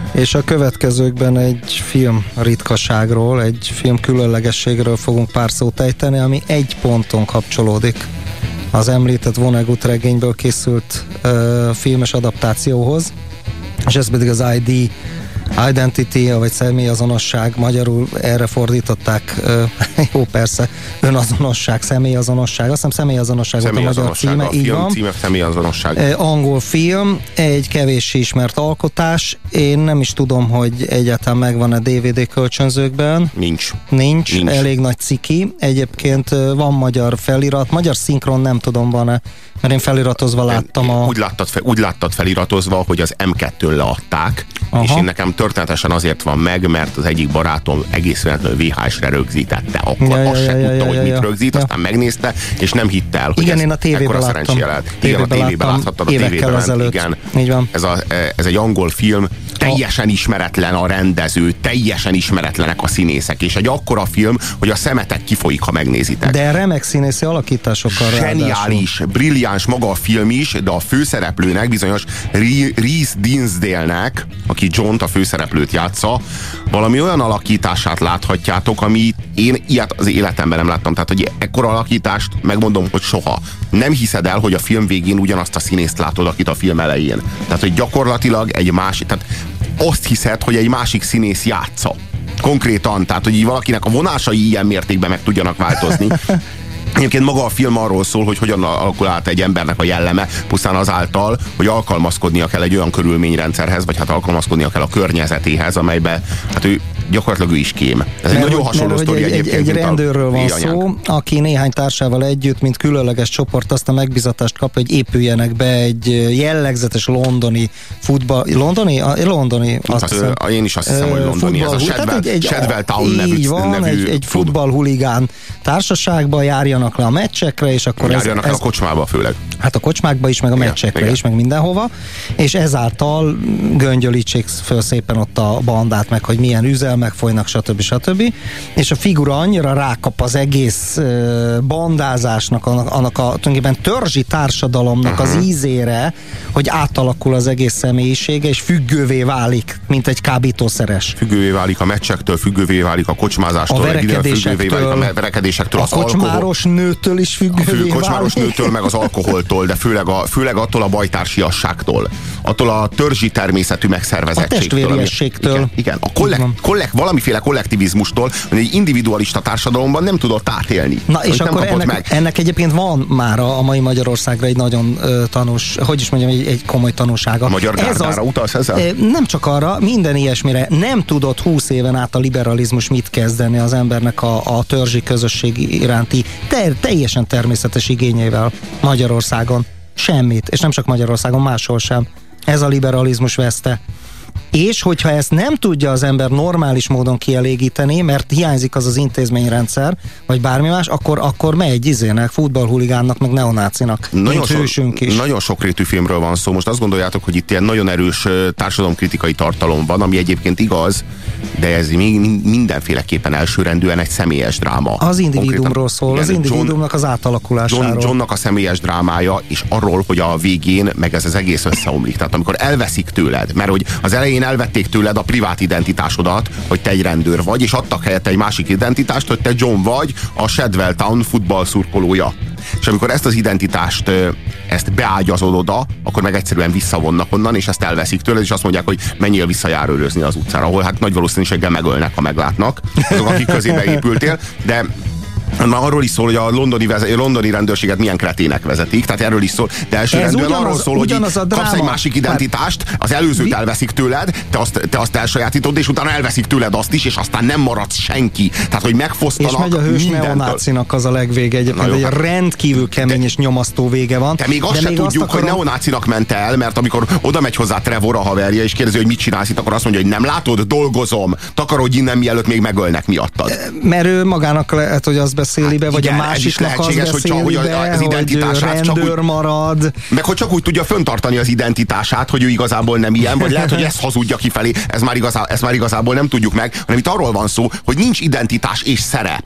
És a következőkben egy film ritkaságról, egy film különlegességről fogunk pár szót ejteni, ami egy ponton kapcsolódik az említett Vonnegut regényből készült filmes adaptációhoz, és ez pedig az Identity, vagy személyazonosság, magyarul erre fordították, jó persze, önazonosság, személyazonosság, azt hiszem személyazonosság volt a magyar címe, a film címe személyazonosság. Angol film, egy kevéssé ismert alkotás, én nem is tudom, hogy egyáltalán megvan-e DVD kölcsönzőkben. Nincs, elég nagy ciki, egyébként van magyar felirat, magyar szinkron nem tudom, van-e, mert én feliratozva láttam Úgy láttad feliratozva, hogy az M2-n leadták, és én nekem történetesen azért van meg, mert az egyik barátom egész véletlenül VHS-re rögzítette. Akkor azt se tudta, hogy mit rögzít, aztán megnézte, és nem hitt el, hogy igen, én a tévében láttam. Igen, a tévében láthattad, a tévében. Igen. Így van. Ez egy angol film, teljesen ismeretlen a rendező, teljesen ismeretlenek a színészek, és egy akkora film, hogy a szemetek kifolyik, ha megnézitek. De remek színészi alakításokkal. Zseniális, brilliáns maga a film is, de a főszereplőnek, bizonyos Reese Dinsdale-nek, aki John-t, a főszereplőt játsza, valami olyan alakítását láthatjátok, ami én ilyet az életemben nem láttam. Tehát, hogy ekkora alakítást megmondom, hogy soha. Nem hiszed el, hogy a film végén ugyanazt a színészt látod, akit a film elején. Tehát, hogy gyakorlatilag egy másik, tehát azt hiszed, hogy egy másik színész játsza. Konkrétan, tehát, hogy így valakinek a vonásai ilyen mértékben meg tudjanak változni. Egyébként maga a film arról szól, hogy hogyan alakul át egy embernek a jelleme, pusztán azáltal, hogy alkalmazkodnia kell egy olyan körülményrendszerhez, vagy hát alkalmazkodnia kell a környezetéhez, amelybe hát ő gyakorlatilag ő is kém. Ez egy nagyon hasonló sztori egyébként. Egy rendőrről van szó, aki néhány társával együtt, mint különleges csoport azt a megbizatást kap, hogy épüljenek be egy jellegzetes londoni futball... Londoni? Azt hiszem. Én is azt hiszem, hogy londoni. Ez a Shadwell Town nevű egy futballhuligán társaságba járjanak le a meccsekre, és akkor járjanak le a kocsmába főleg. Hát a kocsmákba is, meg a meccsekre is, meg mindenhova, és ezáltal göngyölítsék föl szépen ott a bandát, meg hogy milyen üzelmek folynak, stb. És a figura annyira rákap az egész bandázásnak, annak a tulajdonképpen törzsi társadalomnak az ízére, hogy átalakul az egész személyisége, és függővé válik, mint egy kábítószeres. Függővé válik a meccsektől, függővé válik a kocsmázástól, a verekedésektől, a kocsmáros nőtől is függővé válik. Kocsmáros nőtől, meg az alkoholtól, de főleg attól a bajtársiasságtól, attól a törzsi természetű megszervezettségtől. A testvériességtől. Igen, valamiféle kollektivizmustól, hogy egy individualista társadalomban nem tudott átélni. Na és akkor ennek egyébként van már a mai Magyarországra egy nagyon tanús, hogy is mondjam, egy komoly tanúsága. A magyar gárdára utalsz ezzel? Nem csak arra, minden ilyesmire. Nem tudott 20 éven át a liberalizmus mit kezdeni az embernek a törzsi közösség iránti teljesen természetes igényével Magyarországon. Semmit. És nem csak Magyarországon, máshol sem. Ez a liberalizmus veszte. És hogyha ezt nem tudja az ember normális módon kielégíteni, mert hiányzik az intézményrendszer, vagy bármi más, akkor megy futballhuligánnak, meg neonácinak. Nagyon sokrétű filmről van szó. Most azt gondoljátok, hogy itt ilyen nagyon erős társadalomkritikai tartalom van, ami egyébként igaz, de ez még mindenféleképpen elsőrendűen egy személyes dráma. Az individuumról szól, igen, az individuumnak az átalakulásáról. Johnnak a személyes drámája, és arról, hogy a végén meg ez az egész összeomlik. Tehát amikor elveszik tőled, mert hogy az elején elvették tőled a privát identitásodat, hogy te egy rendőr vagy, és adtak helyette egy másik identitást, hogy te John vagy, a Shadwell Town futballszurkolója. És amikor ezt az identitást beágyazod oda, akkor meg egyszerűen visszavonnak onnan, és ezt elveszik tőled, és azt mondják, hogy menjél vissza járőrözni az utcára, ahol hát nagy valószínűséggel megölnek, ha meglátnak, azok, akik közébe épültél, de már arról is szól, hogy a londoni rendőrséget milyen kretének vezetik, tehát erről is szól, de elsőrendűen arról szól, hogy kapsz egy másik identitást, az előzőt elveszik tőled, te azt elsajátítod, és utána elveszik tőled azt is, és aztán nem maradsz senki. Tehát, hogy megfosztanak mindentől. És megy a hős neonácinak az a legvége egyébként, egy rendkívül kemény és nyomasztó vége van. De még azt se tudjuk, hogy neonácinak ment el, mert amikor oda megy hozzá Trevor, a haverja, és kérdezi, hogy mit csinálsz itt, akkor azt mondja, hogy nem látod, dolgozom, takarodj innen, mielőtt még megölnek miattad. Mert ő magának lehet, hogy az beszéli be, vagy igen, a másiknak az beszéli be, hogy rendőr marad. Meg hogy csak úgy tudja föntartani az identitását, hogy ő igazából nem ilyen, vagy lehet, hogy ezt hazudja kifelé, ezt már igazából nem tudjuk meg, hanem itt arról van szó, hogy nincs identitás és szerep.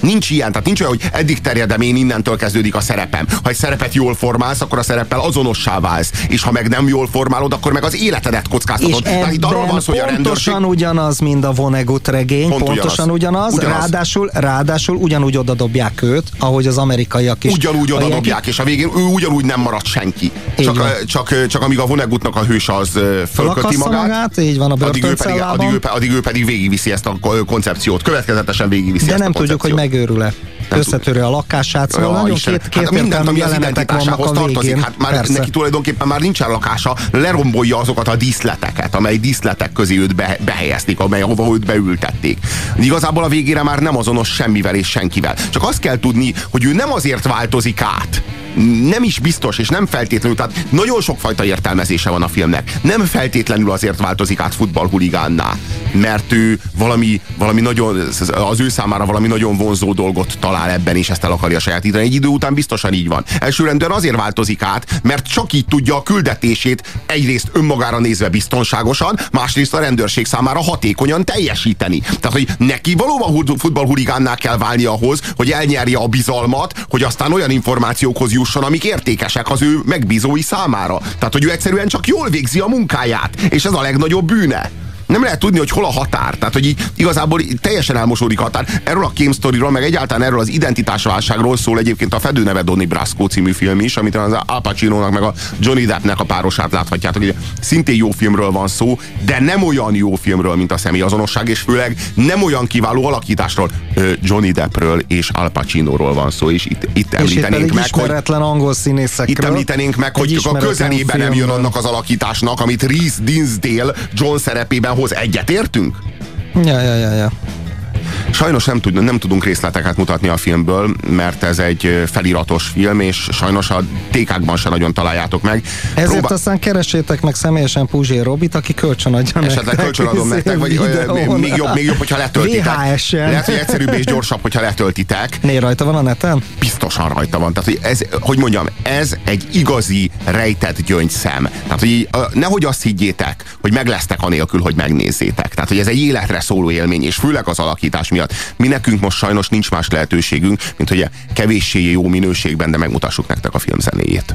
Nincs ilyen, tehát nincs olyan, hogy eddig terjedem, én innentől kezdődik a szerepem. Ha egy szerepet jól formálsz, akkor a szereppel azonossá válsz. És ha meg nem jól formálod, akkor meg az életedet kockáztatod. És ebben itt arról van szó, hogy a rendőrség... pontosan ugyanaz, mint a Vonnegut regény, pontosan ugyanaz. Ráadásul ugyanúgy odadobják őt, ahogy az amerikaiak is. Ugyanúgy odadobják, és a végén ő ugyanúgy nem marad senki. Csak amíg a Vonnegutnak a hős az fölköti magát, így van a börtöncellában. Addig ő pedig végigviszi ezt a koncepciót. Következetesen végigviszi ezt a nem koncepciót. Tudjuk, hogy megőrül-e. Összetörő a lakását, szóval nagyon mindent, ami az identitásához tartozik. Hát már neki tulajdonképpen már nincsen lakása, lerombolja azokat a díszleteket, amely díszletek közé őt behelyezték, ahova őt beültették. Igazából a végére már nem azonos semmivel és senkivel. Csak azt kell tudni, hogy ő nem azért változik át, nem is biztos, és nem feltétlenül, tehát nagyon sokfajta értelmezése van a filmnek. Nem feltétlenül azért változik át futballhuligánná, mert ő valami nagyon, az ő számára valami nagyon vonzó dolgot talál ebben, és ezt el akarja sajátítani. Egy idő után biztosan így van. Elsőrendűen azért változik át, mert csak így tudja a küldetését egyrészt önmagára nézve biztonságosan, másrészt a rendőrség számára hatékonyan teljesíteni. Tehát, hogy neki valóban futballhuligánná kell válni ahhoz, hogy elnyerje a bizalmat, hogy aztán olyan információkhoz jusson, amik értékesek az ő megbízói számára. Tehát, hogy ő egyszerűen csak jól végzi a munkáját, és ez a legnagyobb bűne. Nem lehet tudni, hogy hol a határ. Tehát, hogy így igazából teljesen elmosódik a határ. Erről a Came Storyról, meg egyáltalán erről az identitásválságról szól egyébként a Fedőneve Donnie Brasco című film is, amit az Al Pacino-nak meg a Johnny Deppnek a párosát láthatjátok. Ugye szintén jó filmről van szó, de nem olyan jó filmről, mint a Személyazonosság, és főleg nem olyan kiváló alakításról. Johnny Deppről és Al Pacinoról van szó, és itt említenénk meg, ismeretlen angol színészekről. Itt említenénk meg, hogy a közelében nem jön annak az alakításnak, amit Reese Dinsdale John szerepében hoz. Egyetértünk? Ja. Sajnos nem tudunk részleteket mutatni a filmből, mert ez egy feliratos film, és sajnos a TK-kban se nagyon találjátok meg. Ezért aztán keressétek meg személyesen Puzsér Robit, aki kölcsönadja nektek. Esetleg kölcsönadom nektek, vagy még jobb, hogyha letöltitek. VHS-en. Lehet, hogy egyszerűbb és gyorsabb, hogyha letöltitek. Né, rajta van a neten? Biztosan rajta van. Tehát, hogy mondjam, ez egy igazi rejtett gyöngyszem. Tehát, hogy nehogy azt higgyétek, hogy meg lesztek anélkül, hogy megnézzétek. Tehát, hogy ez egy életre szóló élmény, és főleg az alakítás miatt. Mi nekünk most sajnos nincs más lehetőségünk, mint hogy kevéssé jó minőségben, de megmutassuk nektek a film zenéjét.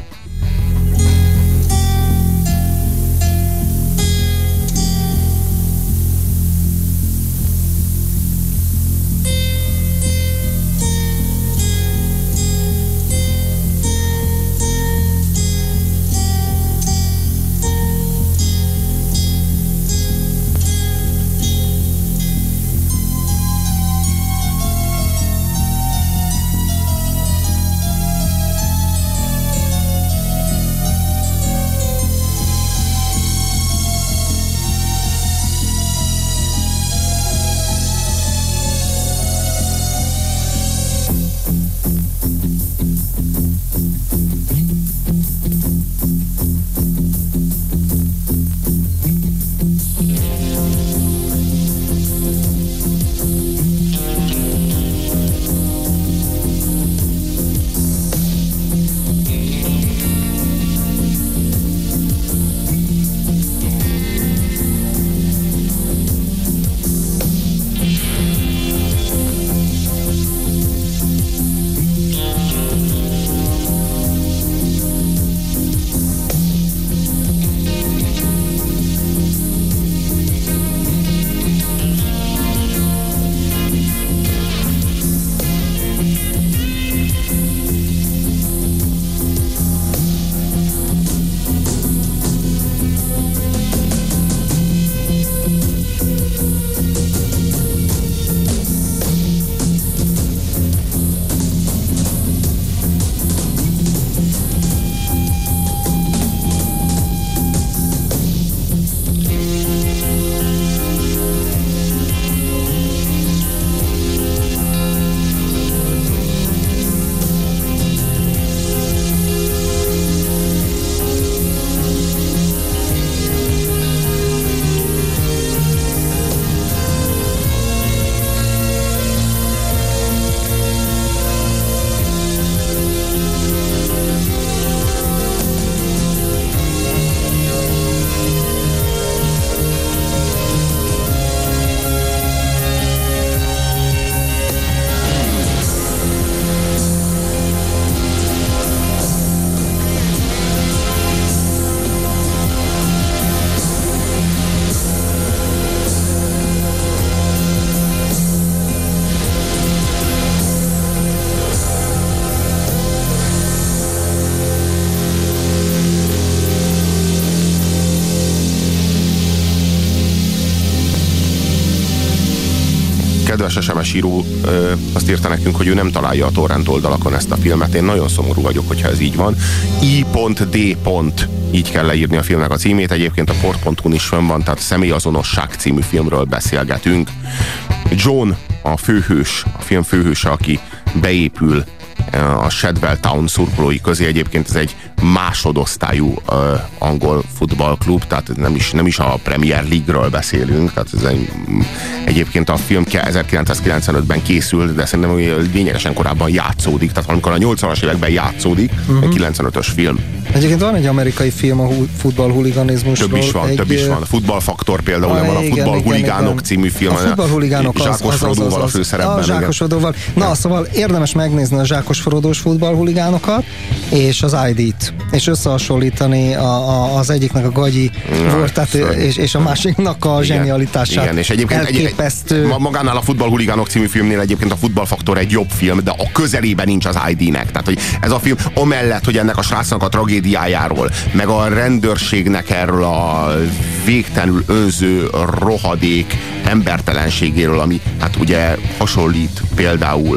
kedves SMS író azt írta nekünk, hogy ő nem találja a torrent oldalakon ezt a filmet. Én nagyon szomorú vagyok, hogyha ez így van. I.D. Így kell leírni a filmnek a címét. Egyébként a port.hu-n is fönn van, tehát a Személyazonosság című filmről beszélgetünk. John a főhős, a film főhőse, aki beépül a Shadwell Town szurkolói közé. Egyébként ez egy másodosztályú angol futballklub, tehát nem is a Premier League-ről beszélünk, tehát ez egyébként a film 1995-ben készült, de szerintem lényegesen korábban játszódik, tehát amikor a 80-as években játszódik, egy 95-ös film. Egyébként van egy amerikai film a futballhuliganizmusról. Több is van. A Futballfaktor például, van a Futballhuligánok című film. A Futballhuligánok Zsákos Frodóval a főszerepben. A Zsákos Frodóval. Na, szóval érdemes megnézni a Zsákos Frodós futballhuligánokat, és az ID-t, és összehasonlítani az egyiknek a gagyi voltát, és a másiknak a zsenialitását. Igen, és egyébként magánál a Futballhuligánok című filmnél egyébként a Futballfaktor egy jobb film, de a közelében nincs az ID-nek. Tehát, hogy ez a film amellett, hogy ennek a srácnak a tragédiájáról, meg a rendőrségnek erről a végtelenül önző rohadék embertelenségéről, ami hát ugye hasonlít például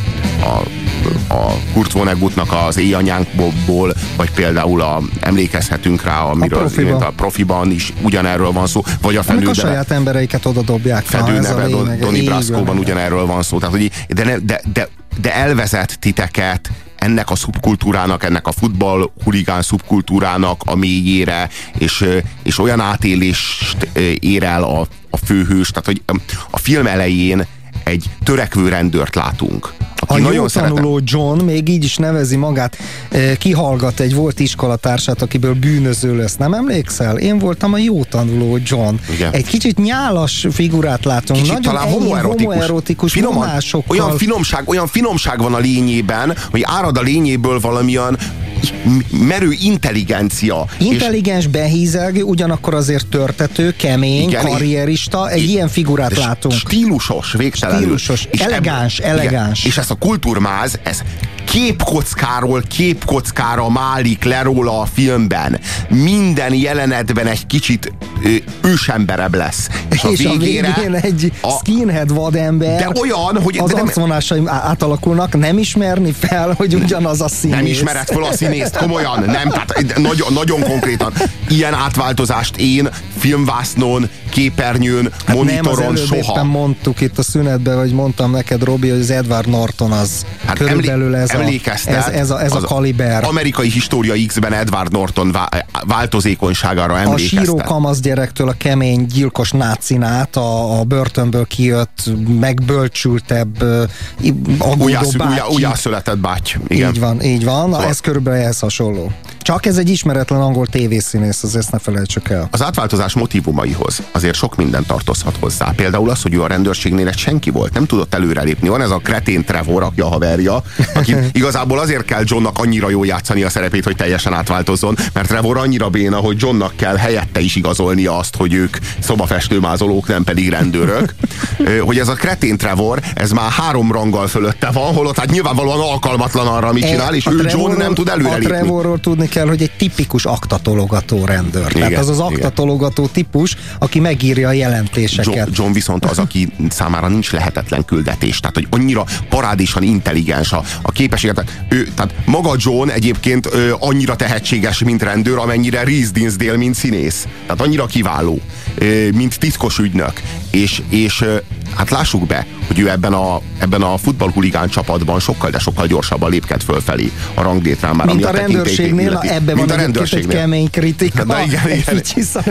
a Kurt Vonnegutnak az Éjanyánkból, vagy például emlékezhetünk rá, amiről a Profiban is ugyanerről van szó, vagy a Fedő a saját embereiket oda dobják. Fedő neve Donnie Brasco-ban ugyanerről van szó. Tehát, hogy de elvezet titeket ennek a szubkultúrának, ennek a futball-huligán szubkultúrának a mélyére, és olyan átélést ér el a főhős, tehát hogy a film elején egy törekvő rendőrt látunk. A jó tanuló John, még így is nevezi magát, kihallgat egy volt iskolatársát, akiből bűnöző lesz. Nem emlékszel? Én voltam a jó tanuló John. Igen. Egy kicsit nyálas figurát látunk. Kicsit nagyon homoerotikus vonásokkal. Olyan finomság van a lényében, hogy árad a lényéből valamilyen merő intelligencia. Intelligens, behízelgő, ugyanakkor azért törtető, kemény, igen, karrierista, egy ilyen figurát látunk. Stílusos, végtelenül. Stílusos, elegáns. Igen, és ezt a kultúrmáz, ez képkockára málik le róla a filmben. Minden jelenetben egy kicsit ősemberebb lesz. És a végén egy skinhead vadember, de olyan, hogy az arcvonásai átalakulnak, nem ismerni fel, hogy ugyanaz a színész. Nem ismered fel a színészt, komolyan, nem, tehát nagyon konkrétan. Ilyen átváltozást én filmvásznon, képernyőn, monitoron nem, soha. Éppen mondtuk itt a szünetben, vagy mondtam neked, Robi, hogy az Edward Norton az körülbelül ez a kaliber. Amerikai História X-ben Edward Norton változékonyságára emlékeztet. A síró kamasz gyerektől a kemény gyilkos nácinát, a börtönből kijött, megbölcsültebb, aggódó báty. Újjászületett báty. Igen. Így van. Szóval. Ez körülbelül ehhez hasonló. Csak ez egy ismeretlen angol tévészínész, az ezt ne felejtsük el. Az átváltozás motívumaihoz azért sok minden tartozhat hozzá. Például az, hogy ő a rendőrségnél egy senki volt, nem tudott előrelépni. Van ez a kretén Trevor, aki a haverja, aki igazából azért kell Johnnak annyira jól játszani a szerepét, hogy teljesen átváltozzon, mert Trevor annyira béna, hogy Johnnak kell helyette is igazolnia azt, hogy ők szobafestőmázolók, nem pedig rendőrök. Hogy ez a kretén Trevor, ez már 3 ranggal fölötte van, holott hát nyilvánvalóan alkalmatlan arra, amit csinál, és ő John nem tud előrelépni. A Trevorról tudni kell, hogy egy tipikus aktatologató rendőr. Igen, tehát az aktatologató típus, aki megírja a jelentéseket. John viszont az, aki számára nincs lehetetlen küldetés. Tehát, hogy annyira parádésan intelligens a képességet. Tehát maga John egyébként annyira tehetséges, mint rendőr, amennyire Reese Dinsdale, mint színész. Tehát annyira kiváló, mint titkos ügynök. És hát lássuk be, hogy ő ebben a futballhuligán csapatban sokkal, de sokkal gyorsabban lépked fölfelé a ranglétrán már. Mint a rendőrségnél, ebben van egy kemény kritika. De igen.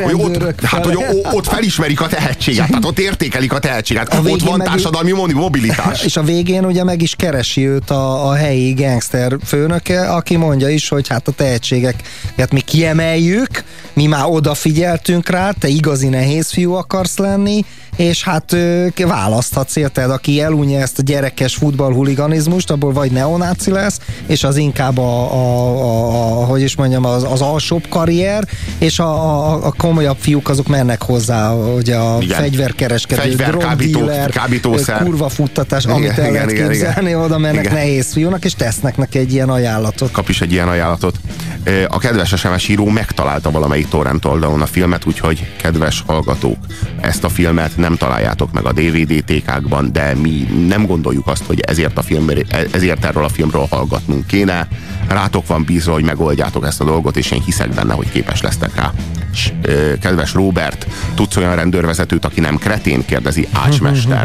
Hogy ott felismerik a tehetséget, tehát ott értékelik a tehetséget, ott van társadalmi mobilitás. És a végén ugye meg is keresi őt a helyi gangster főnöke, aki mondja is, hogy hát a tehetségeket mi kiemeljük, mi már odafigyeltünk rá, te igazi nehéz fiú akarsz lenni, és hát választhatsz, érted, aki elunja ezt a gyerekes futballhuliganizmust, abból vagy neonáci lesz, és az inkább hogy is mondjam, az alsóbb karrier, és a komolyabb fiúk azok mennek hozzá, ugye a fegyverkereskedő, drogdíler, kurva futtatás, amit el lehet képzelni, oda mennek nehéz fiúnak, és tesznek neki egy ilyen ajánlatot. Kap is egy ilyen ajánlatot. A kedves SMS író megtalálta valamelyik torrent oldalon a filmet, úgyhogy kedves hallgatók, ezt a filmet nem találjátok meg a DVD-tékákban, de mi nem gondoljuk azt, hogy ezért erről a filmről hallgatnunk kéne. Rátok van bízva, hogy megoldjátok ezt a dolgot, és én hiszek benne, hogy képes lesztek rá. És, kedves Róbert, tudsz olyan rendőrvezetőt, aki nem kretén? Kérdezi Ácsmester.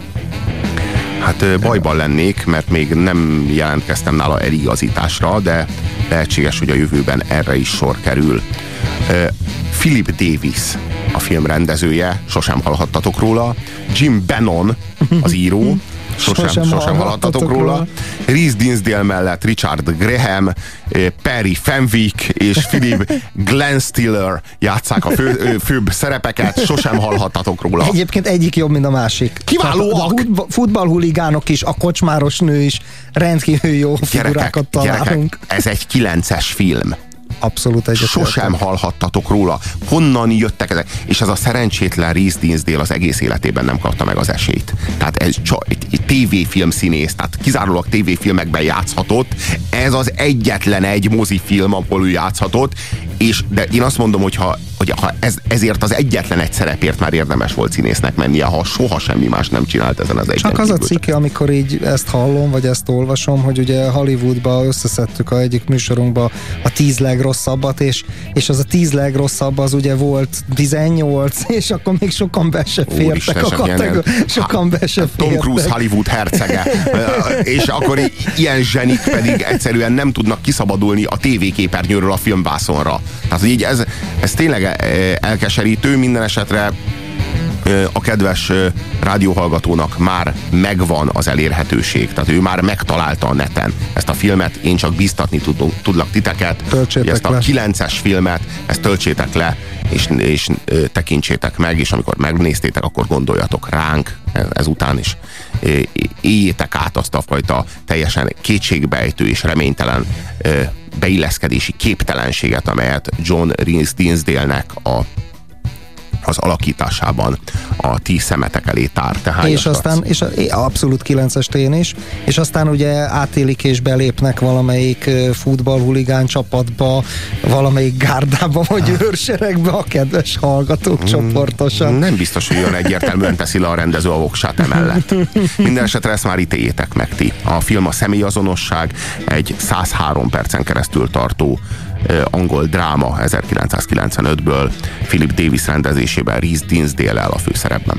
Hát bajban lennék, mert még nem jelentkeztem nála eligazításra, de lehetséges, hogy a jövőben erre is sor kerül. Philip Davis a film rendezője, sosem hallhattatok róla. Jim Bannon az író, sosem hallhattatok róla. Reese Dinsdale mellett Richard Graham, Perry Fenwick és Philip Glenstiller játsszák a főbb szerepeket, sosem hallhattatok róla. Egyébként egyik jobb, mint a másik. Kiválóak! A futballhuligánok is, a kocsmáros nő is rendkívül jó figurákat találunk. Gyerekek, ez egy 9-es film. Abszolút egyetértek. Sosem hallhattatok róla. Honnan jöttek ezek? És ez a szerencsétlen Reese Dinsdale az egész életében nem kapta meg az esélyt. Tehát ez egy tévéfilm színész, tehát kizárólag tévéfilmekben játszhatott. Ez az egyetlen egy mozifilm, ahol ő játszhatott, de én azt mondom, hogy ha ezért az egyetlen egy szerepért már érdemes volt színésznek mennie, ha soha semmi más nem csinált ezen az egyen. Csak az a cikke, amikor így ezt hallom, vagy ezt olvasom, hogy ugye Hollywoodba összeszedtük a egyik műsorunkba a 10 legrosszabbat, és az a 10 legrosszabb az ugye volt 18, és akkor még sokan be se fértek a kategóriába. Sokan be se fértek. Tom Cruise Hollywood hercege. És akkor ilyen zsenik pedig egyszerűen nem tudnak kiszabadulni a tévéképernyőről a filmvászonra. Tehát, hogy így ez tényleg elkeserítő. Minden esetre a kedves rádióhallgatónak már megvan az elérhetőség, tehát ő már megtalálta a neten ezt a filmet, én csak bíztatni tudlak titeket, hogy ezt a 9-es filmet, ezt töltsétek le, és tekintsétek meg, és amikor megnéztétek, akkor gondoljatok ránk ezután is. Éljétek át azt a fajta teljesen kétségbejtő és reménytelen beilleszkedési képtelenséget, amelyet John Rhys Dinsdale-nek az alakításában a 10 szemetek elé tár. És aztán, abszolút 9-est én is, és aztán ugye átélik és belépnek valamelyik futballhuligán csapatba, valamelyik gárdába, vagy őrseregbe a kedves hallgatók csoportosan. Nem biztos, hogy olyan egyértelműen teszi le a rendező a voksát emellett. Minden esetre ezt már ítéljétek meg ti. A film a személyazonosság, egy 103 percen keresztül tartó angol dráma 1995-ből, Philip Davis rendezésében, Reese Dinsdale-el a főszerepben.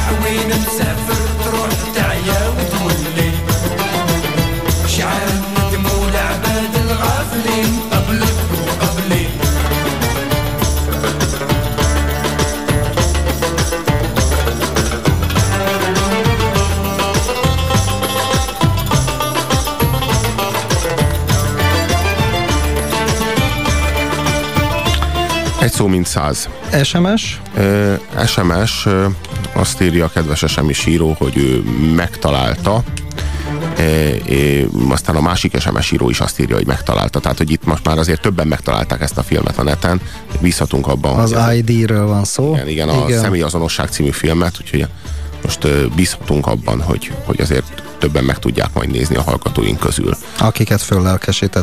وين مسافر تروح تعيا وتولي شعر الندم والعباد الغافلين قبلك وقبلي Egy szó mint 100. SMS? SMS, azt írja a kedves SMS író, hogy ő megtalálta. Aztán a másik SMS író is azt írja, hogy megtalálta. Tehát, hogy itt most már azért többen megtalálták ezt a filmet a neten. Bízhatunk abban, az ID-ről van szó. Igen, a Személyazonosság című filmet, úgyhogy most bízhatunk abban, hogy azért többen meg tudják majd nézni a hallgatóink közül. Akiket föllelkesített